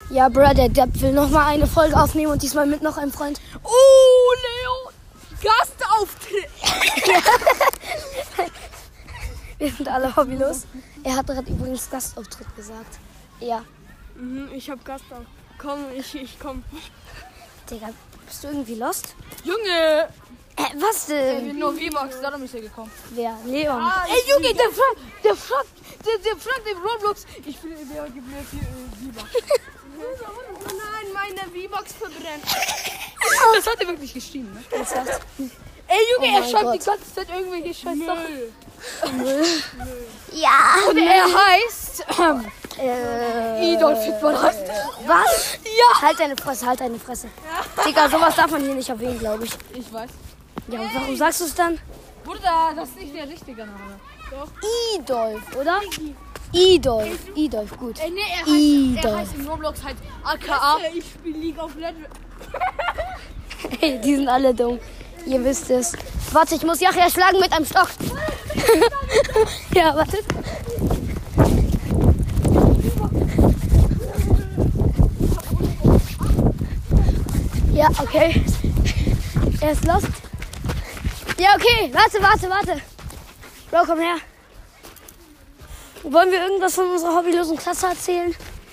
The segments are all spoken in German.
Ja, Bro, der Depp will noch mal eine Folge aufnehmen und diesmal mit noch einem Freund. Oh, Leo! Gastauftritt! Wir sind alle hobbylos. Er hat gerade übrigens Gastauftritt gesagt. Ja. Ich hab Gastauftritt. Komm, ich komm. Digga, bist du irgendwie lost? Junge! Was denn? Nur V-Bucks, darum ist er gekommen. Wer? Leon. Ey, Junge, der fragt im Roblox. Ich will, der gibt mir V-Bucks. Oh nein, meine V-Bucks verbrennt. Das hat er wirklich geschrieben, ne? Ernsthaft? Ey, Junge, Oh er mein schreibt Gott. die ganze Zeit irgendwelche scheiß Sachen. Ja. Und er heißt... Idolf Hitler heißt Was? Ja. Halt deine Fresse, halt deine Fresse. Digga, sowas darf man hier nicht erwähnen, glaube ich. Ich weiß. Ja, und warum sagst du es dann? Bruder, das ist nicht der richtige Name. Doch. Idolf, oder? Idolf, gut. Nee, er Idolf. heißt in Roblox halt AKA. Ich spiele League of Legends. Hey, die sind alle dumm. Ihr wisst es. Warte, ich muss Yachia schlagen mit einem Stock. Ja, warte. Ja, okay. Er ist lost. Ja, okay. Warte. Bro, komm her. Wollen wir irgendwas von unserer hobbylosen Klasse erzählen?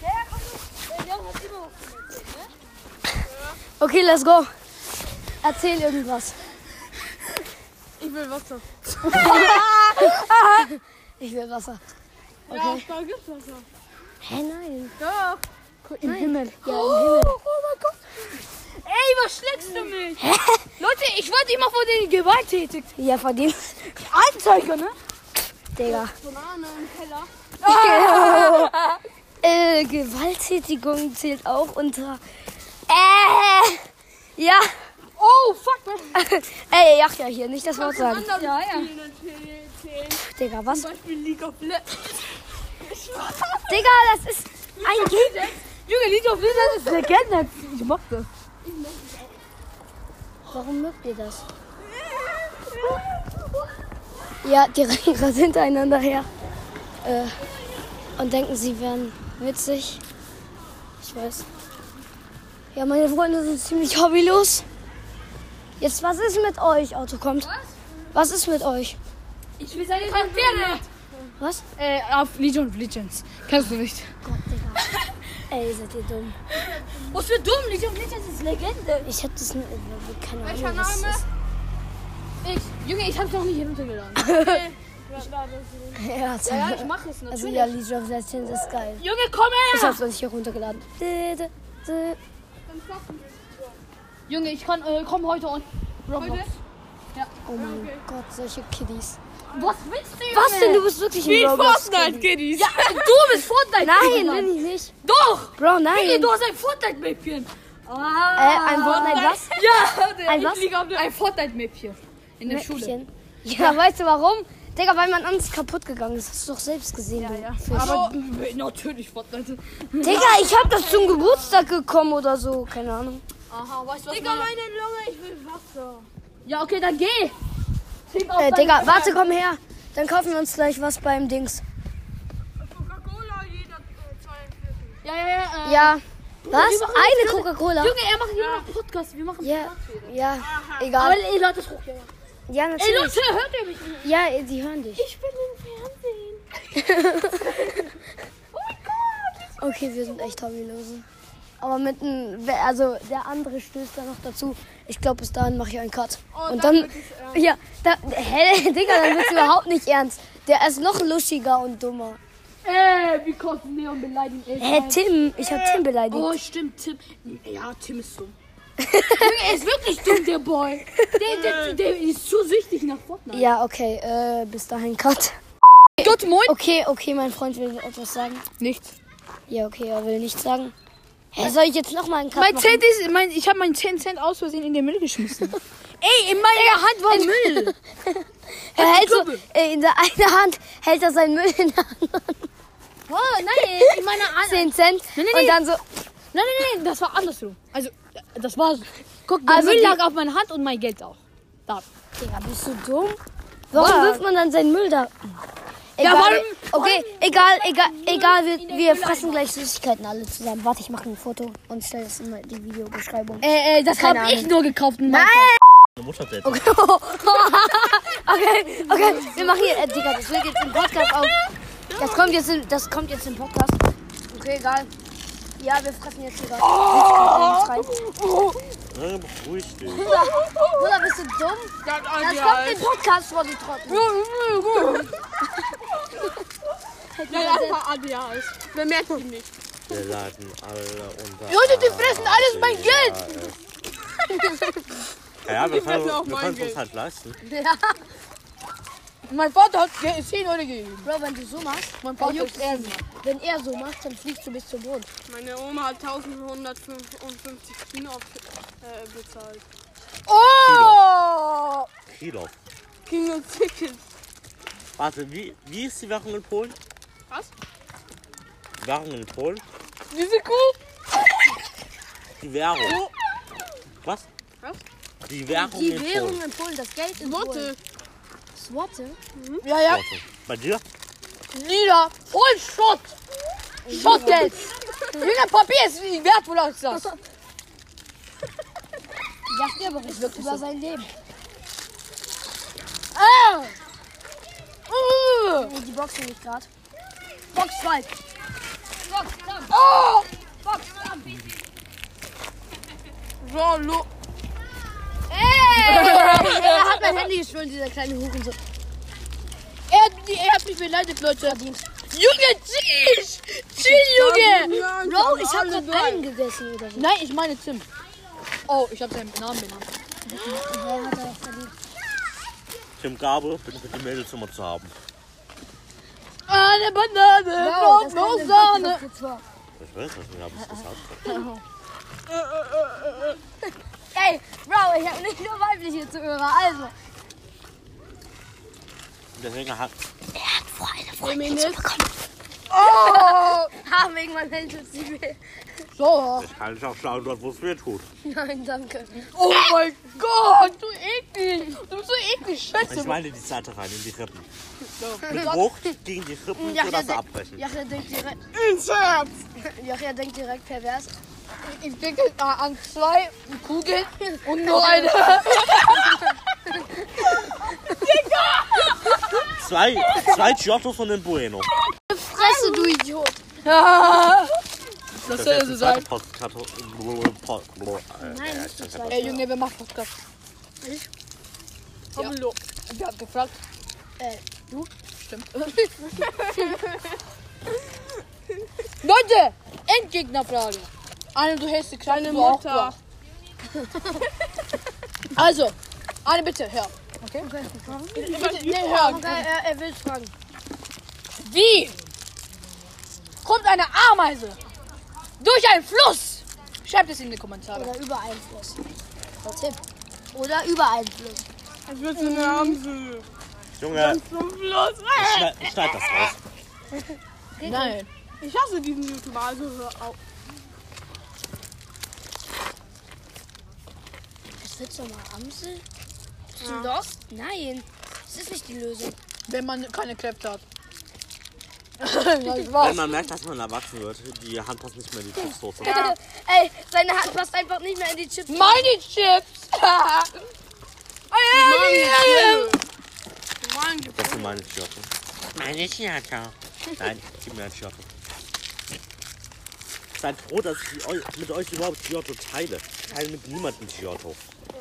Okay, let's go. Erzähl irgendwas. Ich will Wasser. Ich will Wasser. Ja, Okay. da gibt's Wasser. Hä, nein. Doch. Im Nein. Himmel. Ja, im Himmel. Oh mein Gott. Ey, was schlägst du mich? Leute, ich wurde immer vor denen gewalttätigt. Ja, verdient. Anzeige, ne? Digga. Banane im Keller. Gewalttätigung zählt auch unter. Ja. Oh, fuck. Ey, ja, hier, nicht das Wort sagen. Ja. Digga, was? Zum Beispiel League of Legends. Digga, das ist ein Gegner. Junge, League of Legends ist Legende. Ich mag das. Warum mögt ihr das? Ja, die rennen gerade hintereinander her. Und denken, sie wären witzig. Ich weiß. Ja, meine Freunde sind ziemlich hobbylos. Jetzt, was ist mit euch? Auto kommt. Was ist mit euch? Ich will seine Charaktere. Was? Auf Legion of Legends. Kannst du nicht. Gott, Digga. Ey, seid ihr dumm. Was für dumm. Legion of Legends ist Legende. Ich hab das nicht. Keine Ahnung. Welcher was Name? das ist. Junge, ich hab's noch nicht heruntergeladen. Ja, Ja, ich mach es also natürlich. ja, Legion of Legends ist geil. Junge, komm Ich her! hab's noch nicht heruntergeladen. Junge, ich kann, komm heute und Roblox. Ja. Oh mein Gott, solche Kiddies. Was willst du, Junge? Was denn? Du bist wirklich ein Roblox Kiddies. Ja, du bist Fortnite. Nein, bin ich nicht. Doch. Bro, Junge, nein. du hast ein Fortnite-Mäppchen. Ein Fortnite was? Ja, Ein was? Ein Fortnite-Mäppchen. In der Schule. Mäppchen. Ja, weißt du warum? Digga, weil mein Angst kaputt gegangen ist. Hast du doch selbst gesehen. Ja. du Fisch. Aber natürlich Fortnite. Digga, ich hab das zum Geburtstag bekommen oder so. Keine Ahnung. Aha, weißt du was? Digga, meine Lunge, ich will Wasser. Ja, okay, dann geh. Digga, warte, komm her. Dann kaufen wir uns gleich was beim Dings. Coca-Cola, jeder 42. Ja. Ja. Was? wir machen Eine jetzt- Coca-Cola? Junge, er macht hier noch Podcast. Wir machen Ja, ja, Aber egal. ey, Leute, das hoch. Ja, Ey, natürlich. Leute, hört ihr mich? Ja, die hören dich. Ich bin im Fernsehen. Okay, wir sind echt hobbylose. Aber mit einem, also der andere stößt da noch dazu. Ich glaube, bis dahin mache ich einen Cut. Und dann, ja, Digga, dann wird's überhaupt nicht ernst. Der ist noch luschiger und dummer. Wie konnte Leon beleidigen? Tim, ich habe Tim beleidigt. Oh, stimmt, Tim. Ja, Tim ist dumm. Junge, er ist wirklich dumm, der Boy. Der ist zu süchtig nach Fortnite. Ja, okay, bis dahin Cut. Gott, moin. Okay, mein Freund will etwas sagen. Nichts. Ja, okay, er will nichts sagen. Hä, soll ich jetzt nochmal einen Cut Mein machen? Cent ist, ich habe meinen 10 Cent aus Versehen in den Müll geschmissen. Ey, in meiner Hand war Müll. Er hält so, in der einen Hand hält er seinen Müll in der anderen. Oh, nein, in meiner Hand. 10 Cent. Nee. Und dann so, Nein, das war andersrum. Also, das war so. Guck, der Also Müll die- lag auf meiner Hand und mein Geld auch. Da. Digga, bist du dumm? Warum Was? wirft man dann seinen Müll da? Egal, okay, egal, wir fressen gleich Süßigkeiten alle zusammen. Warte, ich mache ein Foto und stelle das in die Videobeschreibung. Das habe ich nur gekauft. Nein! Mutter selbst. Okay, wir machen hier, Digga, das wird jetzt im Podcast auf. Das kommt jetzt im Podcast. Okay, egal. Ja, wir fressen jetzt hier rein. Beruhig dich. Bruder, bist du dumm? Das kommt im Podcast vor, du Trottel. Ja, einfach Adias. Wer merkt ihn nicht? Wir laden alle unter. Leute, die fressen alles mein Geld. Ja, wir können auch mein uns Geld. halt leisten. Ja. Mein Vater hat 10 Euro gegeben. Bro, wenn du so machst, Mein dann Vater juckt ist er nicht. Wenn er so macht, dann fliegst du bis zum Mond. Meine Oma hat 1155 Kino bezahlt. Oh! Kilo. Kino-Ticket. Warte, wie ist die Währung in Polen? Was? Die Währung in Polen? Diese Kuh? Die Währung. Was? Was? Die Währung Die in Währung Polen. in Polen, das Geld in Worte. Polen. Swotte? Ja, ja. Warte. Bei dir? Lila. Voll Schrott. Schrottgeld. Junge, Papier ist viel wertvoller als das. Ja, der berichtet wirklich über sein Leben. Ah! Die boxen nicht gerade. Boxfight. Box, komm. Oh! Box, komm. Jean Lo. Er hat mein Handy geschwollen, dieser kleine Hurensohn. Er hat mich beleidigt, Leute. Junge, chill, Junge. Bro, ich hab grad einen gegessen oder so. Nein, ich meine Tim. Oh, ich habe seinen Namen benannt. Hat er doch verdient. Tim Gabe, bitte für die Mädels immer zu haben. Eine Banane, Bro, no Sahne. Ich weiß nicht, habe ich gesagt. Ey, Bro, ich hab nicht nur weibliche Zuhörer, also. Deswegen hat Oh! Ha, wegen meinem Handy. So. ich kann nicht auch schauen, dort wo es weh tut. Nein, danke. Oh mein Gott, du eklig. Du bist so eklig, Scheiße. Ich meine die Seite rein, in die Rippen. Mit Wucht gegen die Rippen, sodass sie abbrechen. Jachja denkt direkt, Ins Herz. Jachja denkt direkt pervers. Ich denke an 2 Kugeln und nur eine. Zwei Giottos von den Bueno. Fresse, du Idiot. Ja. Das Das soll ist so die sein. zweite Podcast. Nein, nicht die zweite. Ey, Junge, wer macht Podcast? Ich? Ja. Wer hat gefragt? Du? Stimmt. Leute, Endgegnerfrage. Anne, du hältst die Klappe, Deine du auch. Mutter. Also, Anne, bitte, hör. Okay? Bitte, nee, hör. Okay, er will fragen. Wie kommt eine Ameise durch einen Fluss? Schreibt es in die Kommentare. Oder Übereinfluss. Tipp. Oder Übereinfluss. Es wird so eine Amsel. Junge, Zum Schluss. ich schneid das raus. Nein. Ich hasse diesen YouTuber, also hör auf. Was willst du mal, Amsel? Bist du lost? Nein. Das ist nicht die Lösung. Wenn man keine Kräfte hat. Das Wenn war's. man merkt, dass man erwachsen wird, die Hand passt nicht mehr in die Chipssoße. Ey, seine Hand passt einfach nicht mehr in die Chips. Meine Chips! Das sind meine Giotto. Meine Giotto. Nein, gib mir ein Giotto. Seid froh, dass ich mit euch überhaupt Giotto teile. Ich teile mit niemandem Giotto.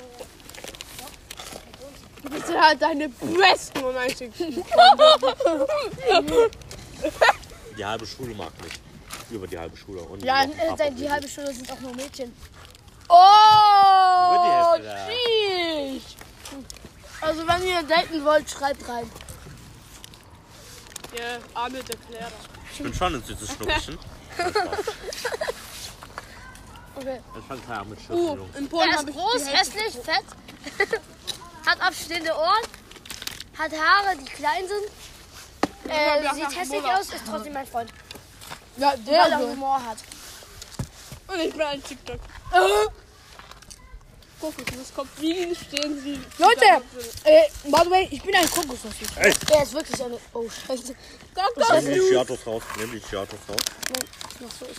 Das sind halt deine besten und einzigsten. Die halbe Schule mag mich. Über die halbe Schule. Und Ja, noch ein paar die halbe Stunde sind auch nur Mädchen. Oh! Über die Hälfte, Sheesh. Also wenn ihr daten wollt, schreibt rein. Der arme Erklärer. Ich bin schon ein süßes Schnuckchen. Okay. Ich fang klar mit Schüssen, Jungs. In Polen Er habe ist ich groß, hässlich, fett, hat abstehende Ohren, hat Haare, die klein sind, sieht hässlich aus, ist trotzdem mein Freund, Ja, weil der er so. Humor hat. und ich bin ein TikTok. Kokosnuss kommt. Wie stehen sie? Leute, by the way, ich bin ein Kokosnuss. Er ist wirklich eine... Oh, scheiße. Nimm die Giatos raus. Nimm die Giatos raus. Ich mach so.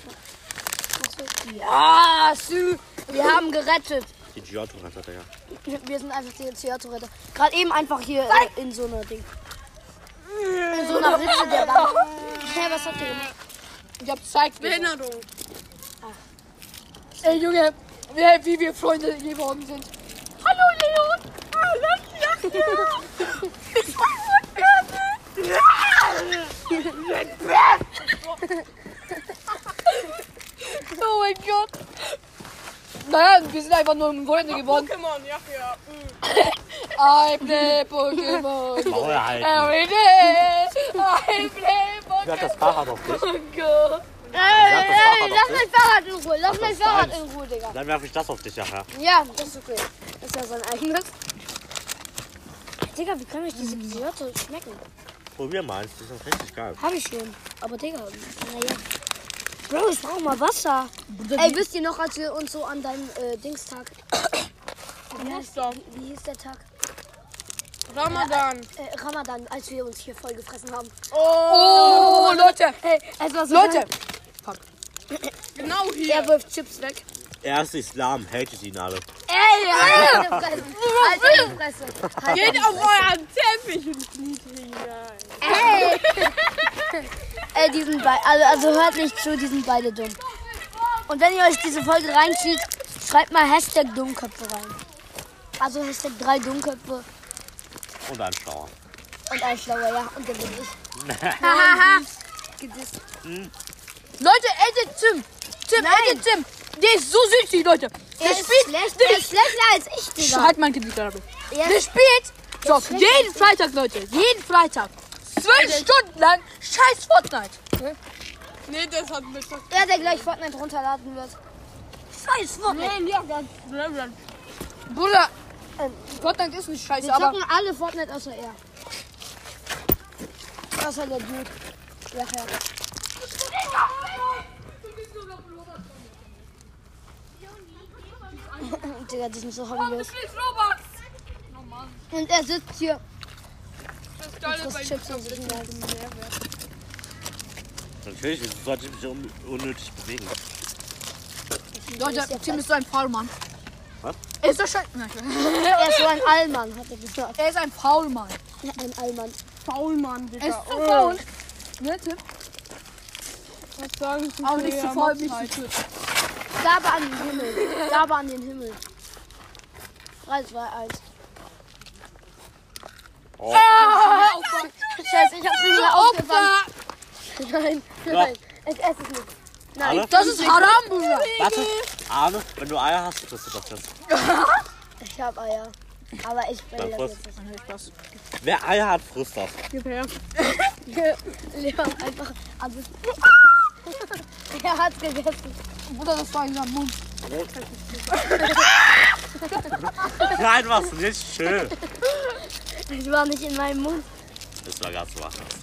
Ja, Sü. Wir haben gerettet. Die Giato rettet er ja. Wir sind einfach die Theaterretter. Gerade eben einfach hier in so einer Ding. In so einer Ritze der Bank. Hä, was habt ihr gemacht? Ich hab Zeit. Behinderung. Ey, Junge, wie wir Freunde geworden sind. Hallo, Leon. Oh mein Gott. Naja, wir sind einfach nur Freunde geworden. Pokémon, ja. I play Pokémon. Maul halten. Every day. I play Wer hat das Fahrrad auf dich? Pokémon. Lass mein Fahrrad in Ruhe. Lass mein Fahrrad in Ruhe, Digga. Dann werfe ich das auf dich nachher. Ja, das ist okay. Das ist ja sein eigenes. Digga, wie kann euch diese Giotto schmecken? Probier mal, das ist richtig geil. Hab ich schon. Aber Digga, naja. Bro, ich brauch mal Wasser. Ey, wisst ihr noch, als wir uns so an deinem Dingstag... Wie hieß der Tag? Ramadan. Ramadan, als wir uns hier voll gefressen haben. Oh, Leute. Hey, es war so Leute. Genau hier. Er wirft Chips weg. Er ist Islam, hatet ihn alle. Ey, halt deine Fresse. Halt deine Fresse. Halt Geht deine auf euren Teppich und kniet hinein. Ey. Ey, die sind beide, also hört nicht zu, die sind beide dumm. Und wenn ihr euch diese Folge reinzieht, schreibt mal Hashtag Dummköpfe rein. Also Hashtag 3 Dummköpfe Und ein Schauer. und ein Schlauer, ja. Und dann bin ich. Gedisst. Leute, ey, der Tim. Tim. Der ist so süß, Leute. Er ist schlechter als ich, Digga. Halt mein Kind nicht dabei. Er Der ist spielt so, jeden Freitag, Leute. Jeden Freitag. 12 Stunden lang scheiß Fortnite. Nee, das hat mit das. er, der gleich Fortnite runterladen wird. Scheiß Fortnite. Nee, ja, ganz. Bruder, Fortnite ist nicht scheiße, Wir aber... zocken alle Fortnite außer er. Außer der Dude. Ja, ja. Digga, die sind so hobbylos. Und er sitzt hier. Das Geile Das bei Chips und sich Natürlich, du solltest mich unnötig bewegen. Leute, Tim ist so ein Faulmann. Was? Er ist so scheiße. Nein, Er ist so ein Allmann, hat er gesagt. er ist ein Faulmann. Ein Allmann. Faulmann, Er Digga. ist so faul. Ne, Tim? Was sagen Sie Aber zu nicht so der faul, mich Mobzeit? zu töten. Gabe an den Himmel. Gabe an den Himmel. 3, 2, 1. Oh. Scheiße, ich hab's nicht mehr aufgefangen. Nein, nein. Ich esse es nicht. Nein. Arne? Das ist Haram, Bruder. Warte, Arne, wenn du Eier hast, kriegst du das jetzt. Ich hab Eier. Aber ich will Dann das friss. jetzt nicht. Wer Eier hat, frisst das. Gib her. Leon einfach alles. Er hat's gegessen. Bruder, das war in seinem Mund. Nein, was nicht schön. Es war nicht in meinem Mund. Das war ganz was drin.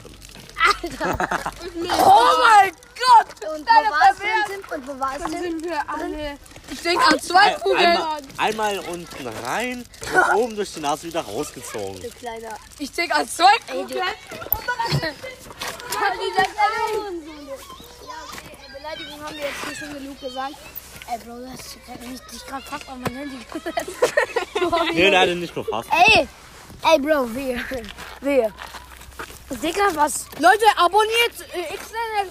Oh mein Gott. Und wo war es drin, Tim? Und wo war es drin? Sind wir alle. Ich denke an 2 Kugeln. Einmal unten rein und oben durch die Nase wieder rausgezogen. Du kleiner. Ich denke an 2 Ey, du. Kugeln. Dieser kleine Hurensohn. Ja, okay, Beleidigung haben wir jetzt hier schon genug gesagt. Ey, Bro, du hast dich gerade fast auf mein Handy gesetzt. Nee, der hat ihn nicht befasst. Ey, Bro, wir. Digga, was? Leute, abonniert XNL.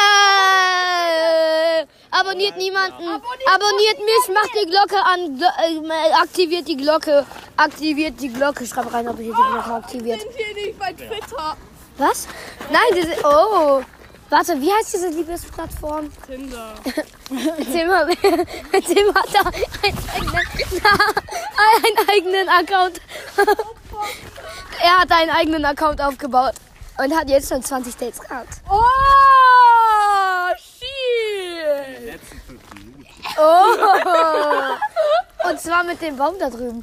Hey! Abonniert niemanden. Abonniert mich, macht die Glocke an. Aktiviert die Glocke. Aktiviert die Glocke. Schreib rein, ob ihr die Glocke aktiviert. Sind hier nicht bei Twitter. Was? Nein, diese. Oh. Warte, wie heißt diese Liebesplattform? Tinder. Tim hat da einen eigenen Account. Er hat einen eigenen Account aufgebaut und hat jetzt schon 20 Dates gehabt. Oh, shit. Oh. Und zwar mit dem Baum da drüben.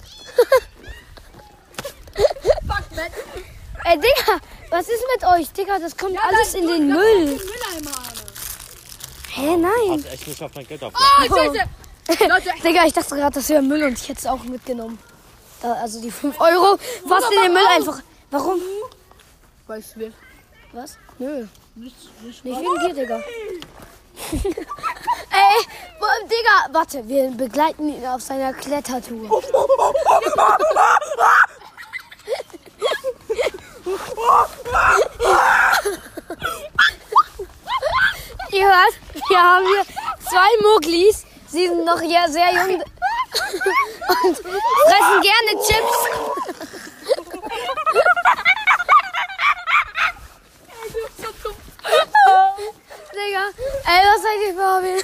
Ey, Digga, was ist mit euch? Digga, das kommt alles in den Müll. Hä, nein. Hast echt nicht auf dein Geld auf. Oh, Scheiße. Leute, Digga, ich dachte gerade, das wäre Müll und ich hätte es auch mitgenommen. Da, also die 5 Euro. Was in den Müll einfach. Warum? weißt du wer? Was? Nö. Nicht Nicht wegen dir, Digga. Ey, Digga, warte, wir begleiten ihn auf seiner Klettertour. Ihr hört, wir haben hier 2 Mugglis. Sie sind noch hier sehr jung und fressen gerne Chips. Digga, ey, was seid ihr für Hobby?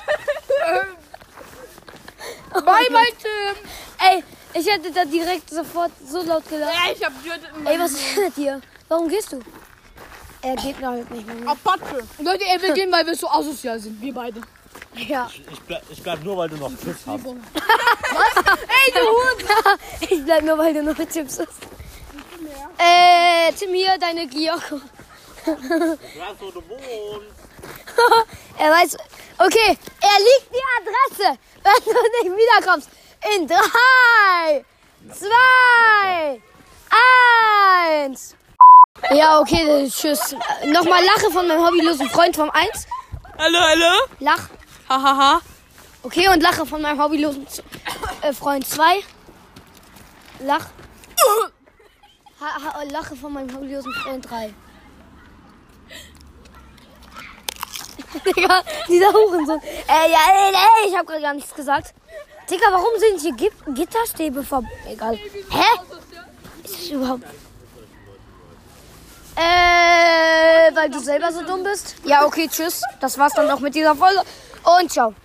Bye, Tim. Ey, ich hätte da direkt sofort so laut gelacht. Ja, ich hab Jürgen in Ey, was ist mit dir? Warum gehst du? Er geht halt nicht mehr. Apache. Leute, er will gehen, weil wir so asozial sind. Wir beide. Ja. Ich bleib nur, weil du noch Chips hast. Ey, du Hund. Ich bleib nur, weil du noch Chips hast. Tim, hier deine Gyoko. Du weißt, wo du wohnst. Er weiß. Okay, er liegt die Adresse, wenn du nicht wiederkommst. In 3, 2, 1. Ja, okay, tschüss. Nochmal Lache von meinem hobbylosen Freund vom 1. Hallo. Lach. Hahaha. Okay, und Lache von meinem hobbylosen Freund 2. Lach. Lache von meinem hobbylosen Freund 3. Digga, dieser Hurensohn. Ey, ich hab gerade gar nichts gesagt. Digga, warum sind hier Gitterstäbe vor... Egal. Hä? Ist das überhaupt... weil du selber so dumm bist? Ja, okay, tschüss. Das war's dann auch mit dieser Folge. Und ciao.